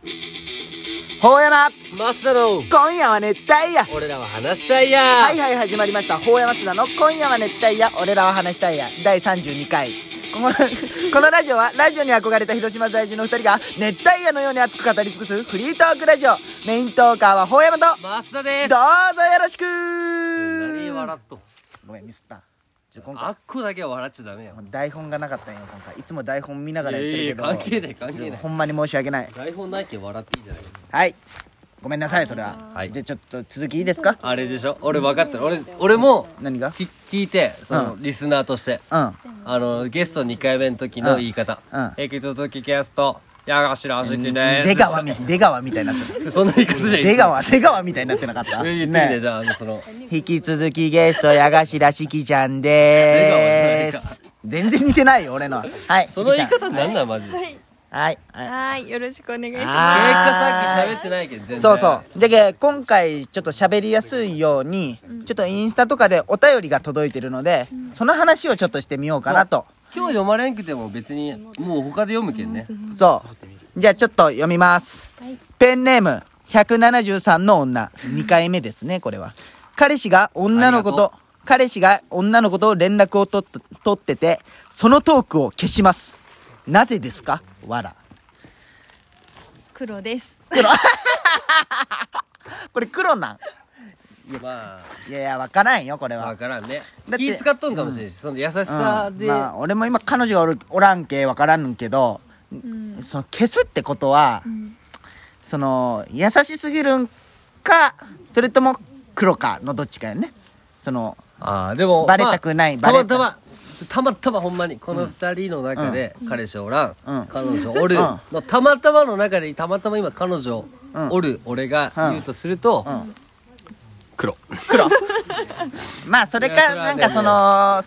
ほうやまマスターの今夜は熱帯夜。 俺らは話したいや。 はいはい、始まりました。ほうやますだの今夜は熱帯夜、俺らは話したいや第32回。このラジオはラジオに憧れた広島在住の2人が熱帯夜のように熱く語り尽くすフリートークラジオ。メイントーカーはほうやまとマスターです。 どうぞよろしく。 何笑っと。 ごめんミスった。今あっこだけは笑っちゃダメよ。 台本がなかったんよ今回。いつも台本見ながらやってるけど、 関係ない関係ない。 ほんまに申し訳ない。 台本ないけど笑っていいじゃない。 はい、ごめんなさい。それは、 はい、 じゃあちょっと続きいいですか。 あれでしょ、俺分かった。俺も何が聞いて、その、リスナーとしてゲスト2回目の時の言い方、引き続きゲスト矢頭あしきです。 出川みたいになってる。 そんな言い方じゃない。 出川みたいになってなかった。 言っていいね。じゃあその引き続きゲスト矢頭しきちゃんでーす。全然似てないよ俺の。はい、 その言い方なんなんマジで。 はい、よろしくお願いします。 結果さっき喋ってないけど全然。 そうそう。じゃけ今回ちょっと喋りやすいように、ちょっとインスタとかでお便りが届いてるので、その話をちょっとしてみようかなと。 今日読まれんくても別にもう他で読むけんね。 そうじゃあちょっと読みます、ペンネーム173の女。2回目ですねこれは。彼氏が女の子と連絡を取ってて、そのトークを消します。なぜですか。わら黒ですこれ黒なん。 まあいや分からんよこれは。 分からんね。 だって気使っとんかもしれんし、その優しさで、 まあ俺も今彼女がおらんけ分からんけど、その消すってことは、その優しすぎるんかそれとも黒かのどっちかよね。そのでもバレたくない、 たまたまほんまにこの2人の中で彼氏おらん、彼女おるのたまたまの中でたまたま今彼女おる俺が言うとすると、黒まあそれかなんかその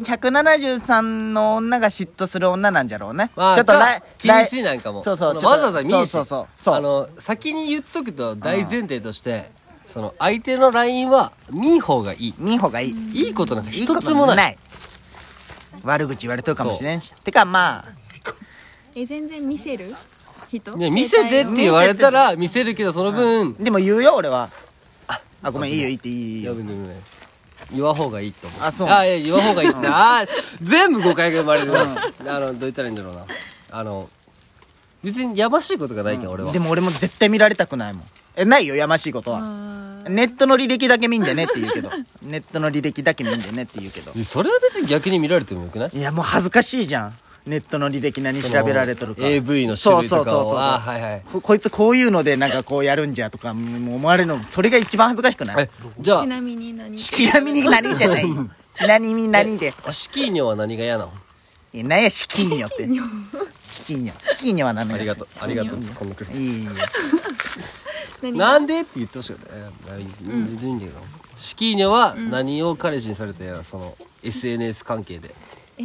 173の女が嫉妬する女なんじゃろうね。 まあ、 ちょっと禁止なんかも。 そうそう、 わざわざ見んし、 そう先に言っとくと大前提として、その相手の LINE は見ん方がいい。 見ん方がいい。 いいことなんか一つもない。 悪口言われてるかもしれんし。てかまあ全然見せる人ね、見せてって言われたら見せるけど、その分、 でも言うよ俺は。ごめん、いいよ言っていいよ。 言わ方がいいと思う。 そう。 いや言わ方がいいって。全部誤解が生まれるな。どう言ったらいいんだろうな。別にやましいことがないけど俺は。 でも俺も絶対見られたくないもん。ないよやましいことは。ネットの履歴だけ見んでねって言うけど。ネットの履歴だけ見んでねって言うけど。 それは別に逆に見られてもよくない？ いやもう恥ずかしいじゃん。ネットの履歴何調べられとるか。 AV の種類とかを。 そうこいつこういうのでなんかこうやるんじゃとかもう思われるの、それが一番恥ずかしくない？ じゃあちなみに何じゃないよ。ちなみに何でシキーニョは何が嫌なの？ 何やシキーニョってシキーニョは何が？ ありがとう突っ込んでくれて。 いいなんでって言ってほしかった。別にいいんだけど、シキーニョは何を彼氏にされたやら、その SNS 関係で。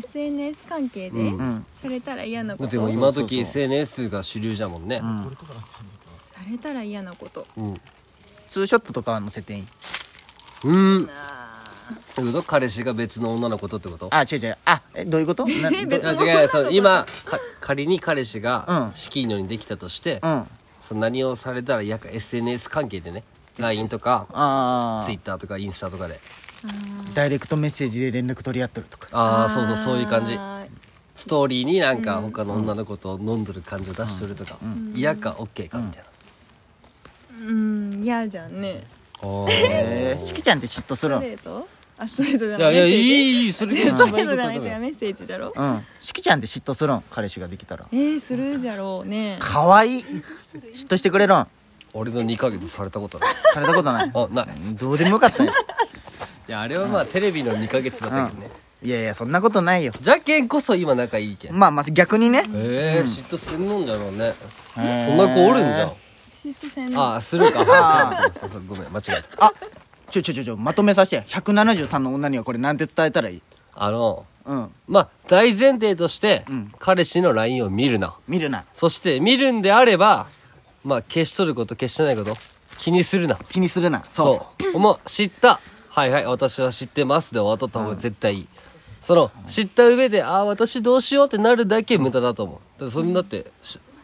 SNS 関係で、されたら嫌なこと。 でも今時 SNS が主流じゃもんね。 されたら嫌なこと、 ツーショットとかは載せていい？ どういうこと？彼氏が別の女の子とってこと？ 違うどういうこと？ 違う、今仮に彼氏がシキーニョにできたとして、その何をされたら嫌か、 SNS 関係でね、 LINE とか Twitter とかインスタとかでダイレクトメッセージで連絡取り合っとるとか。 そういう感じ。ストーリーになんか他の女の子と飲んどる感じを出しとるとか、嫌か OK かみたいな。 嫌じゃんね。 しきちゃんって嫉妬するん？ ストレートじゃない。 いいそれストレートじゃないとメッセージだろ。 しきちゃんって嫉妬するん？彼氏ができたら。 するじゃろうね。 かわいい。嫉妬してくれるん？ 俺の2ヶ月されたことない。 されたことない？ ない。 どうでもよかったよ。 いやあれはまあテレビの2ヶ月だったけどね。 いやそんなことないよ。 じゃけんこそ今仲いいけん。 まあ逆にね。 嫉妬すんのんじゃろうね。そんな子おるんじゃん。 嫉妬せんの。 するか。そうごめん間違えた。 ちょまとめさせて。173の女にはこれなんて伝えたらいい？ まあ大前提として彼氏の LINE を見るな。そして見るんであれば、まあ消しとること消してないこと気にするな。そうもう知った、はい私は知ってますで終わっとった方が絶対いい。知った上で私どうしようってなるだけ無駄だと思う。だってそんだって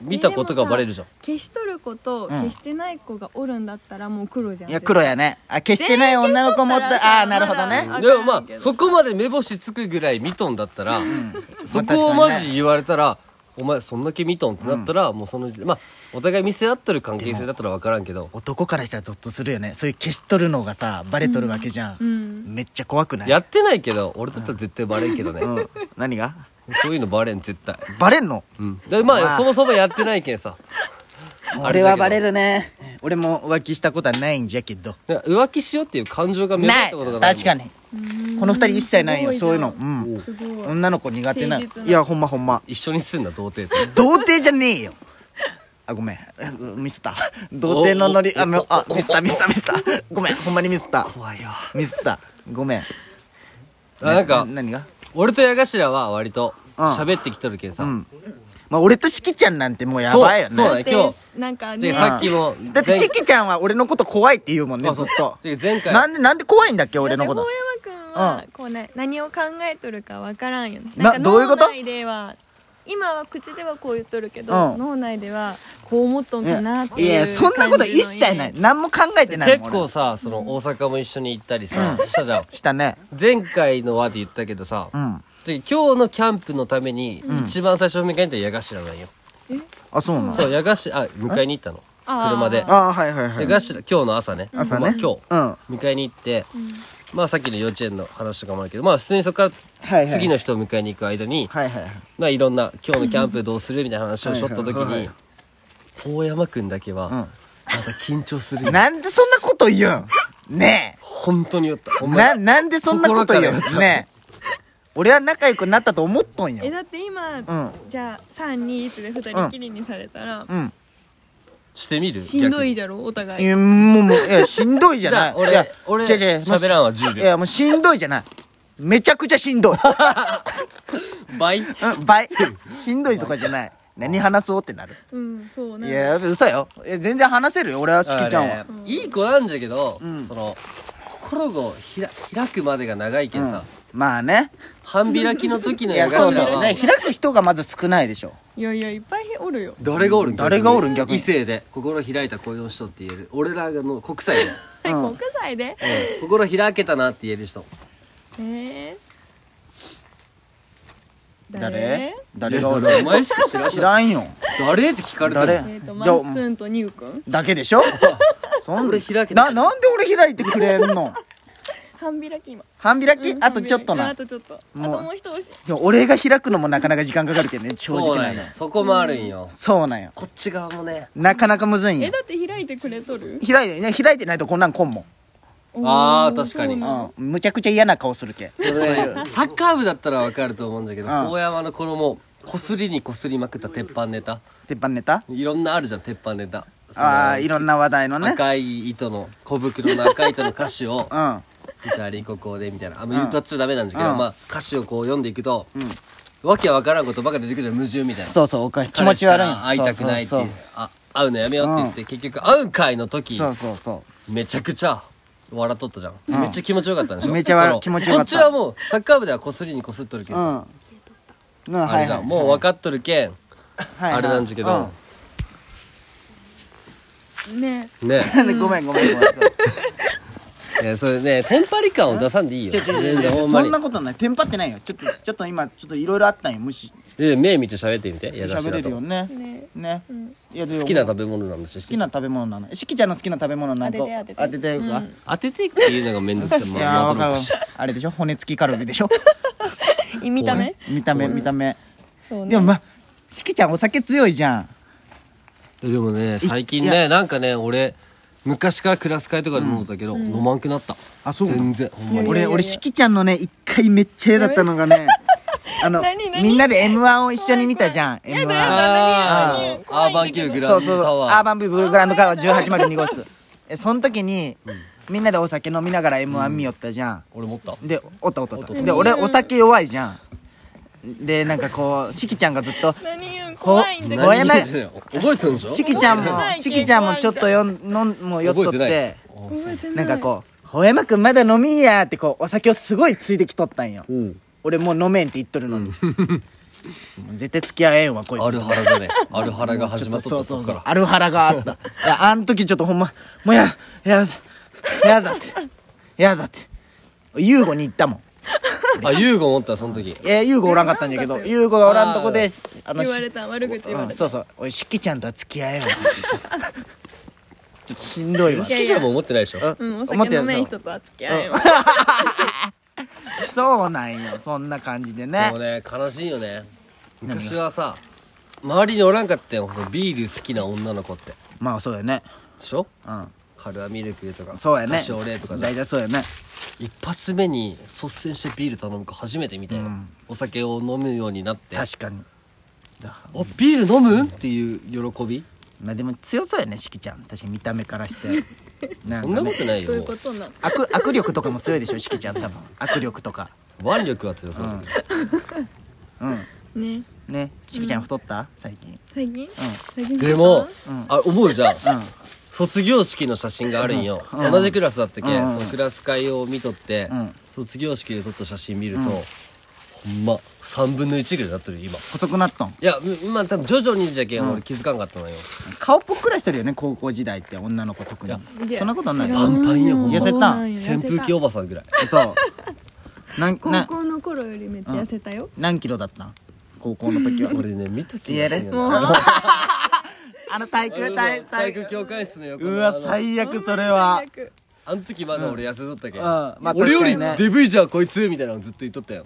見たことがバレるじゃん。 消しとる子と消してない子がおるんだったらもう黒じゃん。 いや黒やね。消してない女の子もああなるほどね。 でもまあそこまで目星つくぐらい見とんだったら、そこをマジ言われたら、お前そんだけ見とんってなったら、もうそのまあお互い見せ合ってる関係性だったら分からんけど、 男からしたらゾッとするよね。そういう消しとるのがさバレとるわけじゃん。めっちゃ怖くない？ やってないけど俺だったら絶対バレんけどね。 何が？ そういうのバレん絶対。 バレんの？ でまあそもそもやってないけんさ。 俺はバレるね。俺も浮気したことはないんじゃけど。 浮気しようっていう感情が芽生えたことがない。 確かに。この二人一切ないよそういうの。女の子苦手な。いやほんま。 一緒に住んだ童貞と。 童貞じゃねえよ。あごめんミスった童貞のノリミスったごめんほんまにミスった。 怖いよミスった。ごめん。 なんか何が？ 俺と矢頭は割と喋ってきとるけんさ。 まあ俺としきちゃんなんてもうやばいよね。 そうだね今日なんかね。 さっきもだってしきちゃんは俺のこと怖いって言うもんねずっと。 前回なんで怖いんだっけ俺のこと。 大山くんはこうね何を考えとるかわからんよね。 どういうこと？ 脳内では今は口ではこう言っとるけど、脳内ではこう思っとんかなっていう。 いやそんなこと一切ない。何も考えてないもん。 結構さその大阪も一緒に行ったりさしたじゃん。 したね。 前回の輪で言ったけどさ、今日のキャンプのために一番最初迎えに行った矢頭なんよ。 あそうなの？ そう矢頭迎えに行ったの車で。 はいはいはい。 矢頭今日の朝ね。 朝ね。 今日迎えに行って、まあさっきの幼稚園の話とかもあるけど、まあ普通にそこから次の人を迎えに行く間に、まあいろんな今日のキャンプどうするみたいな話をしとった時に、大山くんだけはまた緊張する。 なんでそんなこと言うんねえ。 本当に言った。 なんでそんなこと言うんねえ。俺は仲良くなったと思っとんよ。 だって今じゃあ3、2、1で2人きりにされたらしてみる？ しんどいじゃろお互い。 もういやしんどいじゃない。 俺喋らんわ10秒。 いやもうしんどいじゃない。めちゃくちゃしんどい。 倍？ 倍。しんどいとかじゃない。何話そうってなる。 そうね。 いや嘘よ。全然話せるよ俺はしきちゃんは。 いい子なんじゃけど、その心を開くまでが長いけんさ。 まあね。 半開きの時の矢頭はね開く人がまず少ないでしょ。 いやいっぱいおるよ。 誰がおるん？ 誰がおるん逆に。 異性で心開いた恋の人って言える。俺らの国際で。 国際で？ 心開けたなって言える人。 誰がおる？ お前しか知らんよ。 誰って聞かれたらまっすんとニューくんだけでしょ。 俺開けた。 なんで俺開いてくれんの？ 半開き今。 半開き？あとちょっとな。 あとちょっと。あともう一押し。 俺が開くのもなかなか時間かかるけどね正直なの。 そこもあるんよ。 そうなんよ。 こっち側もねなかなかむずいんよ。 だって開いてくれとる？ 開いてないとこんなんこんもん。 確かに。 むちゃくちゃ嫌な顔するけ。 サッカー部だったらわかると思うんだけど、大山のこのもうこすりにこすりまくった鉄板ネタいろんなあるじゃん。鉄板ネタいろんな話題のね。 赤い糸の小袋の赤い糸の歌詞を左ここでみたいな言っちゃダメなんだけど、まあ歌詞をこう読んでいくとわけわからんことばかり出てくる矛盾みたいな。 そう気持ち悪い。 会いたくないって会うのやめようって言って結局会う会の時めちゃくちゃ笑っとったじゃん。めっちゃ気持ちよかったんでしょ。 めっちゃ気持ちよかった。 こっちはもうサッカー部ではこすりにこすっとるけどさ、あれじゃんもう分かっとるけんあれなんじゃけどねごめんいやそれねテンパり感を出さんでいいよ。 そんなことない。テンパってないよ。ちょっと今ちょっといろいろあったんよ。無視目見て喋ってみて。 喋れるよね。 好きな食べ物なんだし。 好きな食べ物なの。しきちゃんの好きな食べ物なんと当てていくか。 当てていくっていうのがめんどくさい。 いやわかる。あれでしょ骨付きカルビでしょ。 見た目でもまあしきちゃんお酒強いじゃん。 でもね最近ねなんかね俺昔からクラス会とかで飲んだけど飲まんくなった。 あそう。 全然俺しきちゃんのね一回めっちゃ嫌だったのがねみんなで M1 を一緒に見たじゃん。 M1 アーバンキューグランドタワー。 アーバンビューグランドタワー1802号室。その時にみんなでお酒飲みながら M1 見よったじゃん。 俺持ったでおったで俺お酒弱いじゃん。でなんかこうしきちゃんがずっと怖いんじゃ覚えてるんでしょ。 しきちゃんもちょっともう酔っとってなんかこうほやまくんまだ飲みやってこうお酒をすごいついてきとったんよ。俺もう飲めんって言っとるのに絶対付き合えんわこいつ。 アルハラだね。アルハラが始まったそうそうそう、 そっから。 アルハラがあった。いや、あん時ちょっとほんま、もうやだって。ユーゴに行ったもん。 あ、ユーゴ持ったその時。 ユーゴおらんかったんだけど、ユーゴがおらんとこで、 言われた、悪口言われた。 そうそう、おい、しきちゃんとは付き合えよ。ちょっとしんどいわ。 しきちゃんも思ってないでしょ。 お酒飲めん人とは付き合えよ。 そうなんよ、そんな感じでね。 でもね、悲しいよね。昔はさ、周りにおらんかったよ、ビール好きな女の子って。 まあそうやね。 でしょ？ うん。 カルアミルクとか、 そうやね。 カシオレとか大体そうやね。 一発目に率先してビール頼むか初めて見たよ。お酒を飲むようになって。 確かに。 あ、ビール飲むっていう喜び？ まあでも強そうやね、しきちゃん。確かに見た目からして。 そんなことないよ。 そういうことな。 握力とかも強いでしょ、しきちゃん多分。握力とか。 腕力は強そうだけど。 ね。 しきちゃん太った最近。 最近でも、思うじゃん。卒業式の写真があるんよ。同じクラスだったけ、そのクラス会を見とって、卒業式で撮った写真見ると、ほんま、3分の1ぐらいになってる今。 細くなったん？ いや、まあ多分徐々にじゃけん俺気づかんかったのよ。 顔っぽくらいしてるよね、高校時代って女の子特に。そんなことない。 パンパンよ、ほんま。 痩せたん？ 扇風機おばさんぐらい。 そう。 高校の頃よりめっちゃ痩せたよ。 何キロだったん？高校の時は。 俺ね、見た気がするよ。 体育教官室の横うわ、最悪それは。 あの時まだ俺痩せとったけん。 まあ俺よりデブいじゃんこいつみたいなのずっと言っとったよ。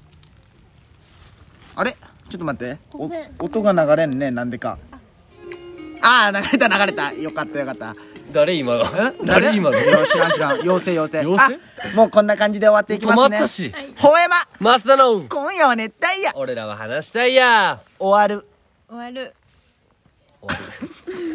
あれちょっと待って、音が流れんね、なんでか。ああ、流れた。よかった。 誰今の？誰今の？ 知らん。妖精。 妖精？ もうこんな感じで終わっていきますね。 止まったし。 ほうやまマスダの今夜は熱帯夜。 俺らは話したいや。 終わる。 終わる。